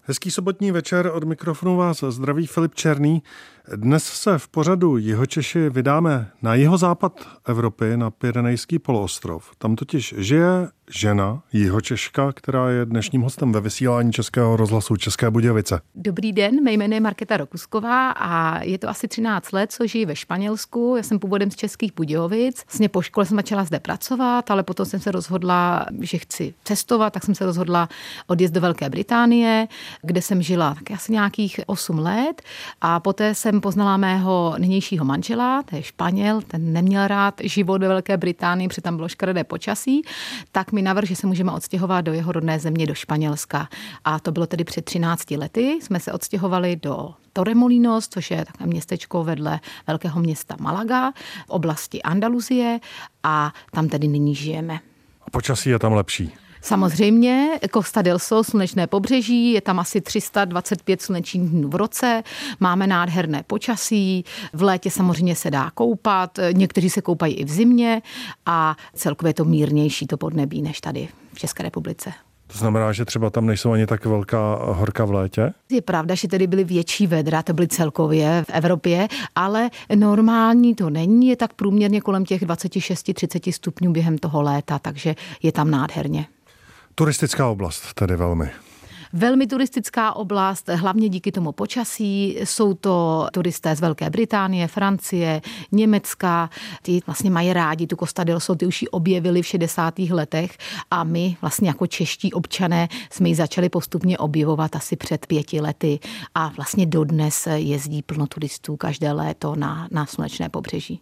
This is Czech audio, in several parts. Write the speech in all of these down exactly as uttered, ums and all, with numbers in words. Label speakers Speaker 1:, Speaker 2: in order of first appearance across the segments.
Speaker 1: Hezký sobotní večer, od mikrofonu vás zdraví Filip Černý. Dnes se v pořadu Jihočeši vydáme na jihozápad Evropy, na Pyrenejský poloostrov. Tam totiž žije žena, Jihočeška, která je dnešním hostem ve vysílání Českého rozhlasu České Budějovice.
Speaker 2: Dobrý den, mé jméno je Markéta Rokusková a je to asi třináct let, co žiji ve Španělsku. Já jsem původem z Českých Budějovic. Vlastně po škole jsem začala zde pracovat, ale potom jsem se rozhodla, že chci cestovat, tak jsem se rozhodla odjet do Velké Británie, kde jsem žila taky asi nějakých osm let a poté jsem poznala mého nynějšího manžela, to je Španěl, ten neměl rád život ve Velké Británii, protože tam bylo škaredé počasí, tak mi navrhl, že se můžeme odstěhovat do jeho rodné země, do Španělska. A to bylo tedy před třinácti lety. Jsme se odstěhovali do Torremolinos, což je takové městečko vedle velkého města Malaga, v oblasti Andaluzie, a tam tedy nyní žijeme.
Speaker 1: A počasí je tam lepší?
Speaker 2: Samozřejmě, Costa del Sol, slunečné pobřeží, je tam asi tři sta dvacet pět slunečních dnů v roce, máme nádherné počasí, v létě samozřejmě se dá koupat, někteří se koupají i v zimě a celkově je to mírnější to podnebí než tady v České republice.
Speaker 1: To znamená, že třeba tam nejsou ani tak velká horka v létě?
Speaker 2: Je pravda, že tady byly větší vedra, to byly celkově v Evropě, ale normální to není, je tak průměrně kolem těch dvacet šest třicet stupňů během toho léta, takže je tam nádherně.
Speaker 1: Turistická oblast tedy velmi.
Speaker 2: Velmi turistická oblast, hlavně díky tomu počasí. Jsou to turisté z Velké Británie, Francie, Německa. Ty vlastně mají rádi tu Costa del Sol, ty už ji objevili v šedesátých letech a my vlastně jako čeští občané jsme ji začali postupně objevovat asi před pěti lety a vlastně dodnes jezdí plno turistů každé léto na, na slunečné pobřeží.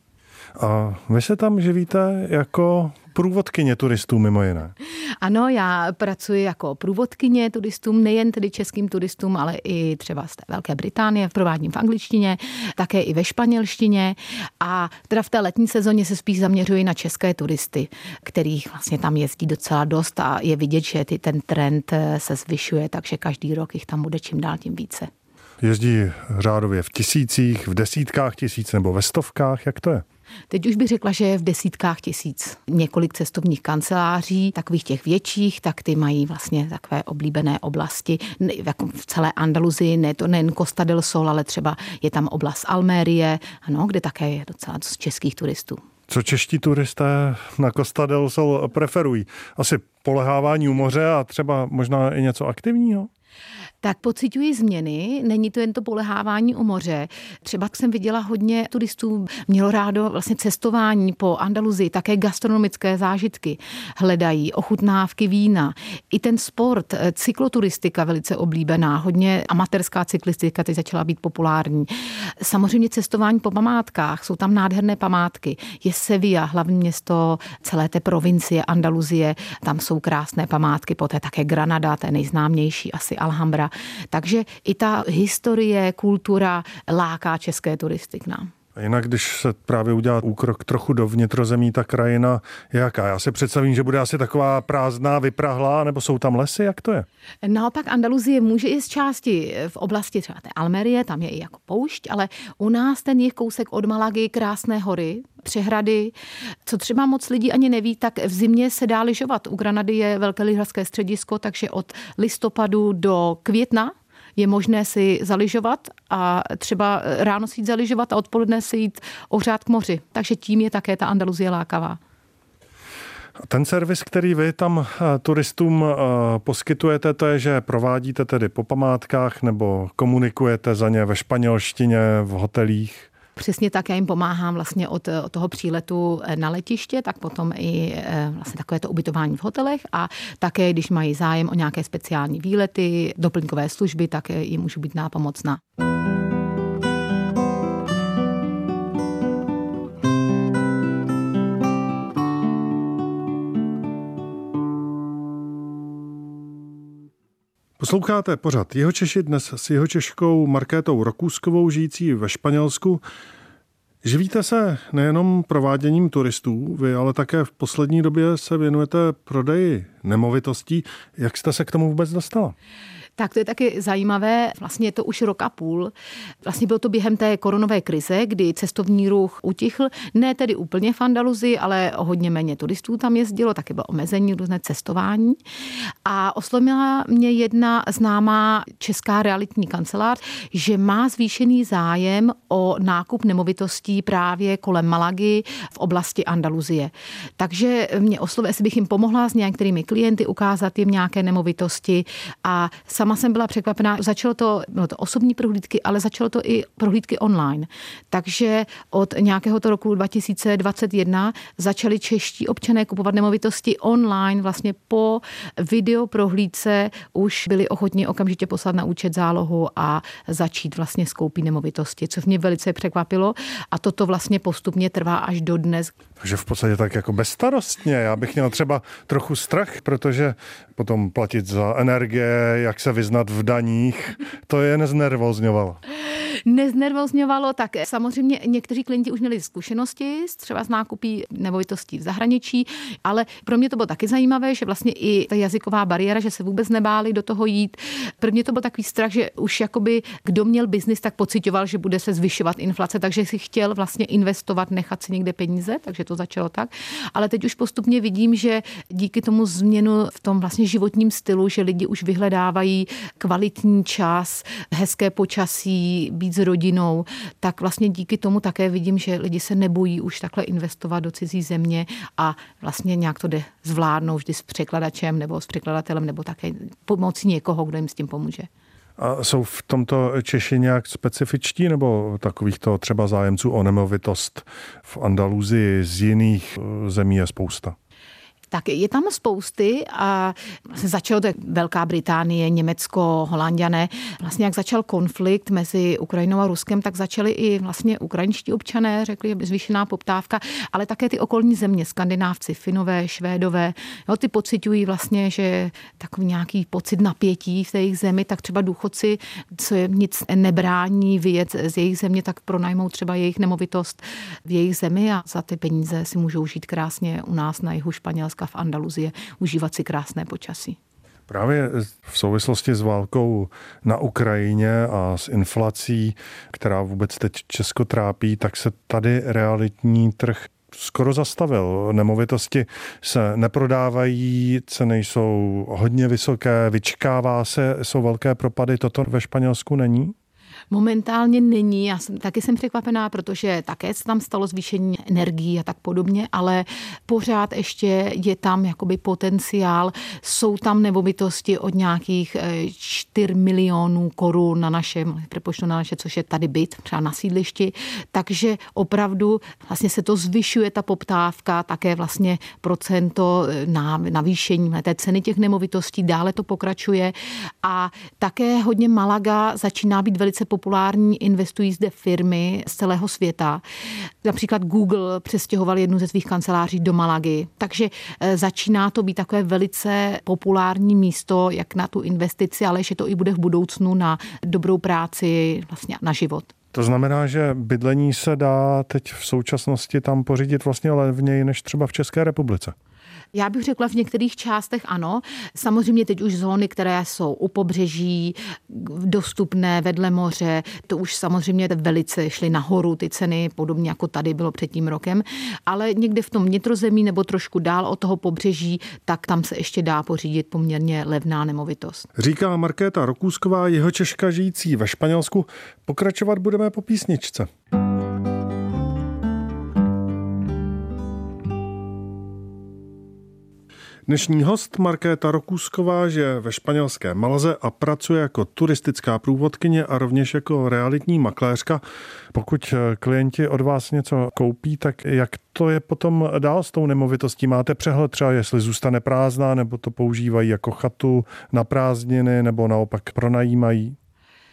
Speaker 1: A vy se tam živíte jako průvodkyně turistů mimo jiné?
Speaker 2: Ano, já pracuji jako průvodkyně turistům, nejen tedy českým turistům, ale i třeba z té Velké Británie, provádím v angličtině, také i ve španělštině a teda v té letní sezóně se spíš zaměřuji na české turisty, kterých vlastně tam jezdí docela dost a je vidět, že ty, ten trend se zvyšuje, takže každý rok jich tam bude čím dál tím více.
Speaker 1: Jezdí řádově v tisících, v desítkách tisíc nebo ve stovkách, jak to je?
Speaker 2: Teď už bych řekla, že je v desítkách tisíc. Několik cestovních kanceláří, takových těch větších, tak ty mají vlastně takové oblíbené oblasti. Jako v celé Andaluzii, ne to nejen Costa del Sol, ale třeba je tam oblast Almérie, ano, kde také je docela dost českých turistů.
Speaker 1: Co čeští turisté na Costa del Sol preferují? Asi polehávání u moře a třeba možná i něco aktivního?
Speaker 2: Tak pociťuji změny, není to jen to polehávání u moře. Třeba jsem viděla hodně turistů, mělo rádo vlastně cestování po Andaluzii, také gastronomické zážitky hledají, ochutnávky vína. I ten sport, cykloturistika velice oblíbená, hodně amatérská cyklistika teď začala být populární. Samozřejmě cestování po památkách, jsou tam nádherné památky. Je Sevilla, hlavní město celé té provincie Andaluzie, tam jsou krásné památky, poté také Granada, to je nejznámější asi Alhambra. Takže i ta historie, kultura láká české turisty k nám.
Speaker 1: A jinak, když se právě udělá úkrok trochu do vnitrozemí, ta krajina je jaká? Já si představím, že bude asi taková prázdná, vyprahlá, nebo jsou tam lesy, jak to je?
Speaker 2: Naopak Andaluzie může i z části v oblasti třeba té Almerie, tam je i jako poušť, ale u nás ten je kousek od Malagy, krásné hory, přehrady. Co třeba moc lidí ani neví, tak v zimě se dá lyžovat. U Granady je velké lyžařské středisko, takže od listopadu do května je možné si zalyžovat a třeba ráno si jít zalyžovat a odpoledne si jít ohřát k moři. Takže tím je také ta Andaluzie lákavá.
Speaker 1: Ten servis, který vy tam turistům poskytujete, to je, že provádíte tedy po památkách nebo komunikujete za ně ve španělštině, v hotelích?
Speaker 2: Přesně tak, já jim pomáhám vlastně od, od toho příletu na letiště, tak potom i vlastně takové to ubytování v hotelech a také, když mají zájem o nějaké speciální výlety, doplňkové služby, tak jim můžu být nápomocná.
Speaker 1: Posloucháte pořad Jihočeši dnes s Jihočeškou Markétou Rokuskovou, žijící ve Španělsku. Živíte se nejenom prováděním turistů, vy ale také v poslední době se věnujete prodeji nemovitostí. Jak jste se k tomu vůbec dostala?
Speaker 2: Tak to je taky zajímavé. Vlastně je to už rok a půl. Vlastně bylo to během té koronové krize, kdy cestovní ruch utichl. Ne tedy úplně v Andaluzii, ale hodně méně turistů tam jezdilo, taky bylo omezení různé cestování. A oslovila mě jedna známá česká realitní kancelář, že má zvýšený zájem o nákup nemovitostí právě kolem Malagy v oblasti Andaluzie. Takže mě oslovila, jestli bych jim pomohla s některými klienty, ukázat jim nějaké nemovitosti a sama jsem byla překvapená. Začalo to, bylo to osobní prohlídky, ale začalo to i prohlídky online. Takže od nějakého to roku dva tisíce dvacet jedna začali čeští občané kupovat nemovitosti online. Vlastně po videoprohlídce už byli ochotni okamžitě poslat na účet zálohu a začít vlastně s koupí nemovitosti, co mě velice překvapilo. A toto vlastně postupně trvá až do dnes.
Speaker 1: Takže v podstatě tak jako bezstarostně. Já bych měl třeba trochu strach, protože potom platit za energie, jak se vyznat v daních, to je neznervozňovalo.
Speaker 2: Neznervozňovalo, tak samozřejmě někteří klienti už měli zkušenosti třeba z nákupí nemovitostí v zahraničí, ale pro mě to bylo taky zajímavé, že vlastně i ta jazyková bariéra, že se vůbec nebáli do toho jít. Pro mě to byl takový strach, že už jakoby kdo měl biznis, tak pocitoval, že bude se zvyšovat inflace, takže si chtěl vlastně investovat, nechat si někde peníze, takže to začalo tak. Ale teď už postupně vidím, že díky tomu změnu v tom vlastně životním stylu, že lidi už vyhledávají kvalitní čas, hezké počasí, být s rodinou, tak vlastně díky tomu také vidím, že lidi se nebojí už takhle investovat do cizí země a vlastně nějak to jde zvládnout vždy s překladačem nebo s překladatelem nebo také pomocí někoho, kdo jim s tím pomůže.
Speaker 1: A jsou v tomto Češi nějak specifičtí nebo takovýchto třeba zájemců o nemovitost v Andaluzii z jiných zemí je spousta?
Speaker 2: Tak je tam spousty a začalo to Velká Británie, Německo, Holanďané. Vlastně jak začal konflikt mezi Ukrajinou a Ruskem, tak začali i vlastně ukrajinští občané, řekli, že zvýšená poptávka, ale také ty okolní země, Skandinávci, Finové, Švédové, jo, ty pociťují vlastně, že takový nějaký pocit napětí v té jejich zemi, tak třeba důchodci, co je nic nebrání vyjet z jejich země, tak pronajmou třeba jejich nemovitost v jejich zemi a za ty peníze si můžou žít krásně u nás na jihu Španělska v Andaluzie, užívat si krásné počasí.
Speaker 1: Právě v souvislosti s válkou na Ukrajině a s inflací, která vůbec teď Česko trápí, tak se tady realitní trh skoro zastavil. Nemovitosti se neprodávají, ceny jsou hodně vysoké, vyčkává se, jsou velké propady. Toto ve Španělsku není?
Speaker 2: Momentálně není, já jsem, taky jsem překvapená, protože také se tam stalo zvýšení energií a tak podobně, ale pořád ještě je tam jakoby potenciál, jsou tam nemovitosti od nějakých čtyři milionů korun na našem, prepočtu na naše, což je tady byt, třeba na sídlišti, takže opravdu vlastně se to zvyšuje ta poptávka, také vlastně procento na navýšení té ceny těch nemovitostí, dále to pokračuje a také hodně Malaga začíná být velice populární, investují zde firmy z celého světa. Například Google přestěhoval jednu ze svých kanceláří do Malagy, takže začíná to být takové velice populární místo, jak na tu investici, ale že to i bude v budoucnu na dobrou práci, vlastně na život.
Speaker 1: To znamená, že bydlení se dá teď v současnosti tam pořídit vlastně levněji než třeba v České republice.
Speaker 2: Já bych řekla v některých částech ano. Samozřejmě teď už zóny, které jsou u pobřeží, dostupné vedle moře, to už samozřejmě velice šly nahoru ty ceny, podobně jako tady bylo před tím rokem, ale někde v tom vnitrozemí nebo trošku dál od toho pobřeží, tak tam se ještě dá pořídit poměrně levná nemovitost.
Speaker 1: Říká Markéta Rokůsková, Jihočeška žijící ve Španělsku. Pokračovat budeme po písničce. Dnešní host Markéta Rokůsková žije ve španělské Malaze a pracuje jako turistická průvodkyně a rovněž jako realitní makléřka. Pokud klienti od vás něco koupí, tak jak to je potom dál s tou nemovitostí? Máte přehled třeba, jestli zůstane prázdná, nebo to používají jako chatu na prázdniny, nebo naopak pronajímají?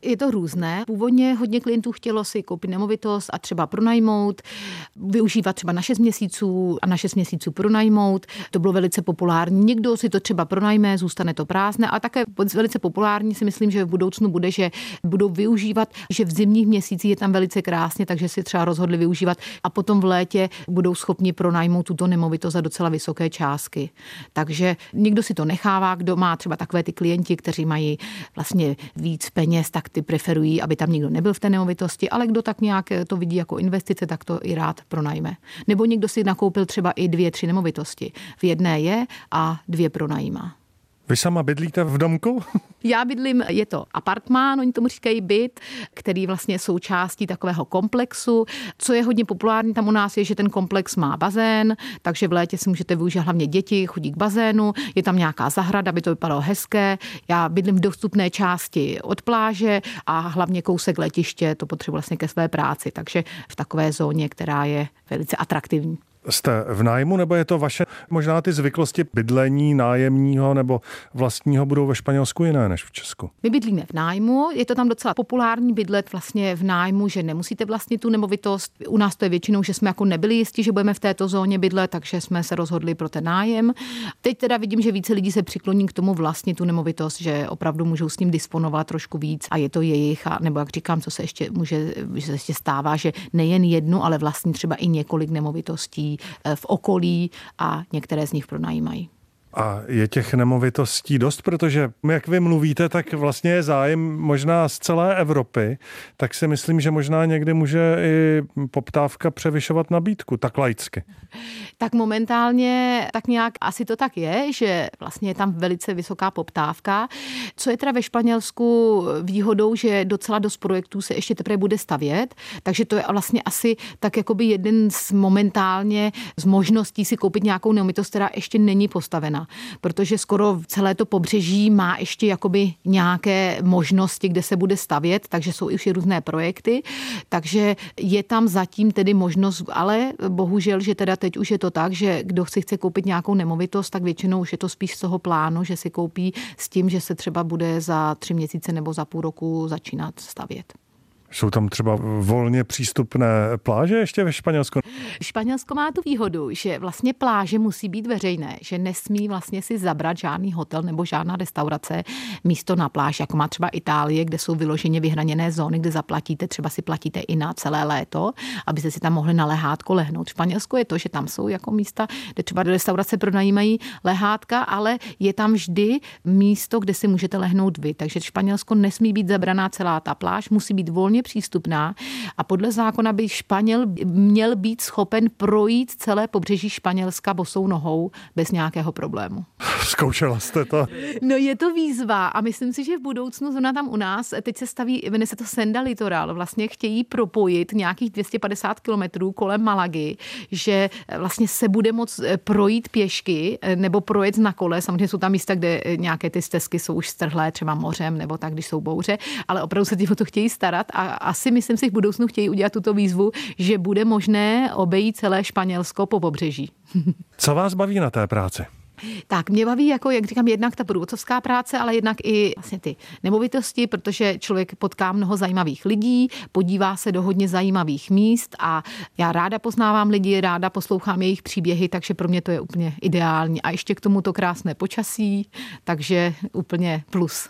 Speaker 2: je to různé. Původně hodně klientů chtělo si koupit nemovitost a třeba pronajmout, využívat třeba na šest měsíců a na šest měsíců pronajmout. To bylo velice populární. Někdo si to třeba pronajme, zůstane to prázdné, a také velice populární si myslím, že v budoucnu bude, že budou využívat, že v zimních měsících je tam velice krásně, takže si třeba rozhodli využívat a potom v létě budou schopni pronajmout tuto nemovitost za docela vysoké částky. Takže někdo si to nechává, kdo má třeba takové ty klienti, kteří mají vlastně víc peněz, tak ty preferují, aby tam nikdo nebyl v té nemovitosti, ale kdo tak nějak to vidí jako investice, tak to i rád pronajme. Nebo někdo si nakoupil třeba i dvě, tři nemovitosti. V jedné je a dvě pronajímá.
Speaker 1: Vy sama bydlíte v domku?
Speaker 2: Já bydlím, je to apartmán, oni tomu říkají byt, který vlastně je součástí takového komplexu. Co je hodně populární tam u nás je, že ten komplex má bazén, takže v létě si můžete využít hlavně děti, chodí k bazénu, je tam nějaká zahrada, aby to vypadalo hezké. Já bydlím v dostupné části od pláže a hlavně kousek letiště, to potřebuji vlastně ke své práci, takže v takové zóně, která je velice atraktivní.
Speaker 1: Jste v nájmu, nebo je to vaše, možná ty zvyklosti bydlení nájemního nebo vlastního budou ve Španělsku jiné než v Česku?
Speaker 2: My bydlíme v nájmu, je to tam docela populární bydlet vlastně v nájmu, že nemusíte vlastnit tu nemovitost. U nás to je většinou, že jsme jako nebyli jistí, že budeme v této zóně bydlet, takže jsme se rozhodli pro ten nájem. Teď teda vidím, že více lidí se přikloní k tomu vlastnit tu nemovitost, že opravdu můžou s ním disponovat trošku víc a je to jejich, a nebo jak říkám, co se ještě může, že se ještě stává, že nejen jednu, ale vlastní třeba i několik nemovitostí v okolí a některé z nich pronajímají.
Speaker 1: A je těch nemovitostí dost, protože jak vy mluvíte, tak vlastně je zájem možná z celé Evropy, tak si myslím, že možná někdy může i poptávka převyšovat nabídku, tak laicky.
Speaker 2: Tak momentálně tak nějak asi to tak je, že vlastně je tam velice vysoká poptávka. Co je teda ve Španělsku výhodou, že docela dost projektů se ještě teprve bude stavět, takže to je vlastně asi tak jakoby jeden z momentálně z možností si koupit nějakou nemovitost, která ještě není postavena. Protože skoro celé to pobřeží má ještě jakoby nějaké možnosti, kde se bude stavět, takže jsou už i různé projekty, takže je tam zatím tedy možnost, ale bohužel, že teda teď už je to tak, že kdo si chce koupit nějakou nemovitost, tak většinou už je to spíš z toho plánu, že si koupí s tím, že se třeba bude za tři měsíce nebo za půl roku začínat stavět.
Speaker 1: Jsou tam třeba volně přístupné pláže ještě ve Španělsku?
Speaker 2: Španělsko má tu výhodu, že vlastně pláže musí být veřejné, že nesmí vlastně si zabrat žádný hotel nebo žádná restaurace místo na pláž, jako má třeba Itálie, kde jsou vyloženě vyhraněné zóny, kde zaplatíte, třeba si platíte i na celé léto, abyste si tam mohli na lehátko lehnout. Španělsko je to, že tam jsou jako místa, kde třeba restaurace pronajímají lehátka, ale je tam vždy místo, kde si můžete lehnout vy. Takže Španělsko nesmí být zabraná celá ta pláž, musí být volně přístupná a podle zákona by Španěl měl být schopen projít celé pobřeží Španělska bosou nohou bez nějakého problému.
Speaker 1: Zkoušela jste to?
Speaker 2: No je to výzva a myslím si, že v budoucnu zrovna tam u nás, teď se staví, jmenuje se to Senda Litoral, vlastně chtějí propojit nějakých dvě stě padesát kilometrů kolem Malagy, že vlastně se bude moct projít pěšky nebo projet na kole, samozřejmě jsou tam místa, kde nějaké ty stezky jsou už strhlé třeba mořem nebo tak, když jsou bouře, ale opravdu se tím o to chtějí starat a asi myslím si v budoucnu chtějí udělat tuto výzvu, že bude možné obejít celé Španělsko po pobřeží.
Speaker 1: Co vás baví na té práci?
Speaker 2: Tak mě baví, jako jak říkám, jednak ta průvodcovská práce, ale jednak i vlastně ty nemovitosti, protože člověk potká mnoho zajímavých lidí, podívá se do hodně zajímavých míst a já ráda poznávám lidi, ráda poslouchám jejich příběhy, takže pro mě to je úplně ideální. A ještě k tomu to krásné počasí, takže úplně plus.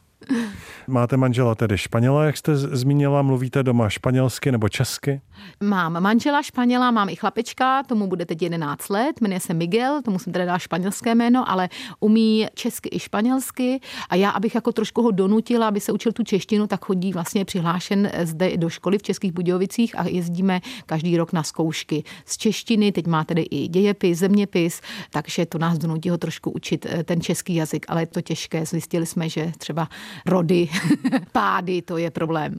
Speaker 1: Máte manžela tedy Španěla, jak jste zmínila, mluvíte doma španělsky nebo česky?
Speaker 2: Mám manžela Španěla, mám i chlapečka, tomu bude teď jedenáct let, jmenuje se Miguel, tomu jsem teda dala španělské jméno, ale umí česky i španělsky a já, abych jako trošku ho donutila, aby se učil tu češtinu, tak chodí vlastně přihlášen zde do školy v Českých Budějovicích a jezdíme každý rok na zkoušky z češtiny, teď má tedy i dějepis, zeměpis, takže to nás donutí ho trošku učit ten český jazyk, ale je to těžké, zjistili jsme, že třeba rody, pády, to je problém.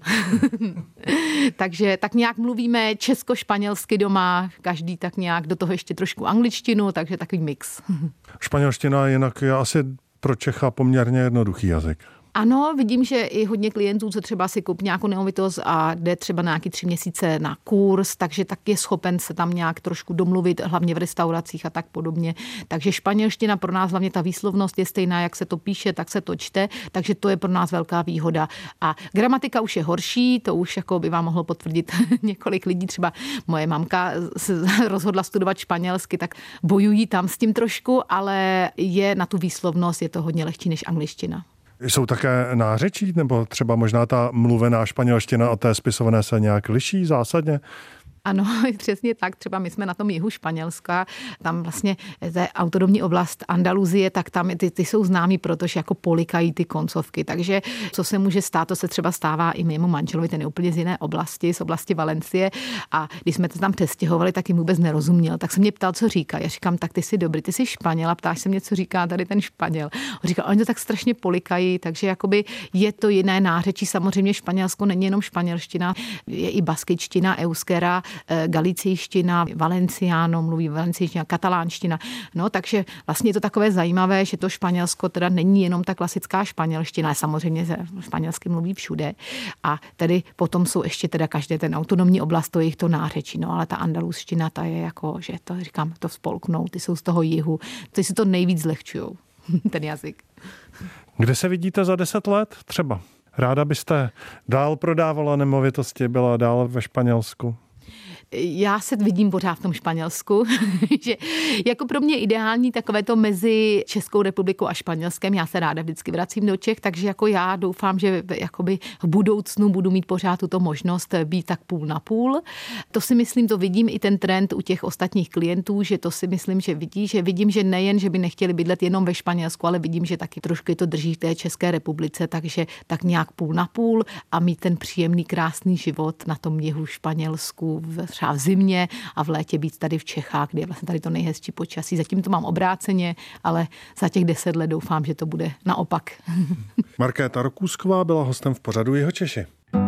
Speaker 2: Takže tak nějak mluvíme česko-španělsky doma, každý tak nějak, do toho ještě trošku angličtinu, takže takový mix.
Speaker 1: Španělština jinak je asi pro Čecha poměrně jednoduchý jazyk.
Speaker 2: Ano, vidím, že i hodně klientů, co třeba si koupí nějakou nemovitost a jde třeba na nějaký tři měsíce na kurz, takže tak je schopen se tam nějak trošku domluvit, hlavně v restauracích a tak podobně. Takže španělština pro nás, hlavně ta výslovnost je stejná, jak se to píše, tak se to čte, takže to je pro nás velká výhoda. A gramatika už je horší, to už jako by vám mohlo potvrdit několik lidí, třeba moje mamka se rozhodla studovat španělsky, tak bojují tam s tím trošku, ale je na tu výslovnost, je to hodně lehčí než angličtina.
Speaker 1: Jsou také nářečí, nebo třeba možná ta mluvená španělština a té spisované se nějak liší zásadně?
Speaker 2: Ano, přesně tak. Třeba my jsme na tom jihu Španělska, tam vlastně je autonomní oblast Andaluzie, tak tam ty, ty jsou známí, protože jako polikají ty koncovky. Takže co se může stát, to se třeba stává i mému manželovi, ten je úplně z jiné oblasti, z oblasti Valencie. A když jsme to tam přestěhovali, tak jim vůbec nerozuměl. Tak se mě ptal, co říká. Já říkám, tak ty jsi dobrý, ty jsi Španěl a ptáš se mě, co říká tady ten Španěl. On říkal, oni to tak strašně polikají, takže jakoby je to jiné nářečí. Samozřejmě Španělsko není jenom španělština, je i baskičtina, euskera, galicejština, valenciáno, mluví valenciánština, katalánština. No, takže vlastně je to takové zajímavé, že to Španělsko teda není jenom ta klasická španělština, samozřejmě španělsky mluví všude. A tedy potom jsou ještě teda každé ten autonomní oblast, to je jich to nářečí, no, ale ta andaluzština, ta je jako, že to říkám, to spolknou, ty jsou z toho jihu, ty si to nejvíc zlehčujou, ten jazyk.
Speaker 1: Kde se vidíte za deset let třeba? Ráda byste dál prodávala nemovitosti, byla dál ve Španělsku?
Speaker 2: Já se vidím pořád v tom Španělsku, že jako pro mě ideální takové to mezi Českou republikou a Španělskem. Já se ráda vždycky vracím do Čech, takže jako já doufám, že jakoby v budoucnu budu mít pořád tuto možnost být tak půl na půl. To si myslím, to vidím i ten trend u těch ostatních klientů, že to si myslím, že vidí, že vidím, že nejen, že by nechtěli bydlet jenom ve Španělsku, ale vidím, že taky trošku to drží v té České republice, takže tak nějak půl na půl a mít ten příjemný, krásný život na tom jihu Španělsku, třeba v zimě a v létě být tady v Čechách, kde je vlastně tady to nejhezčí počasí. Zatím to mám obráceně, ale za těch deset let doufám, že to bude naopak.
Speaker 1: Markéta Rokůsková byla hostem v pořadu Jihočeši.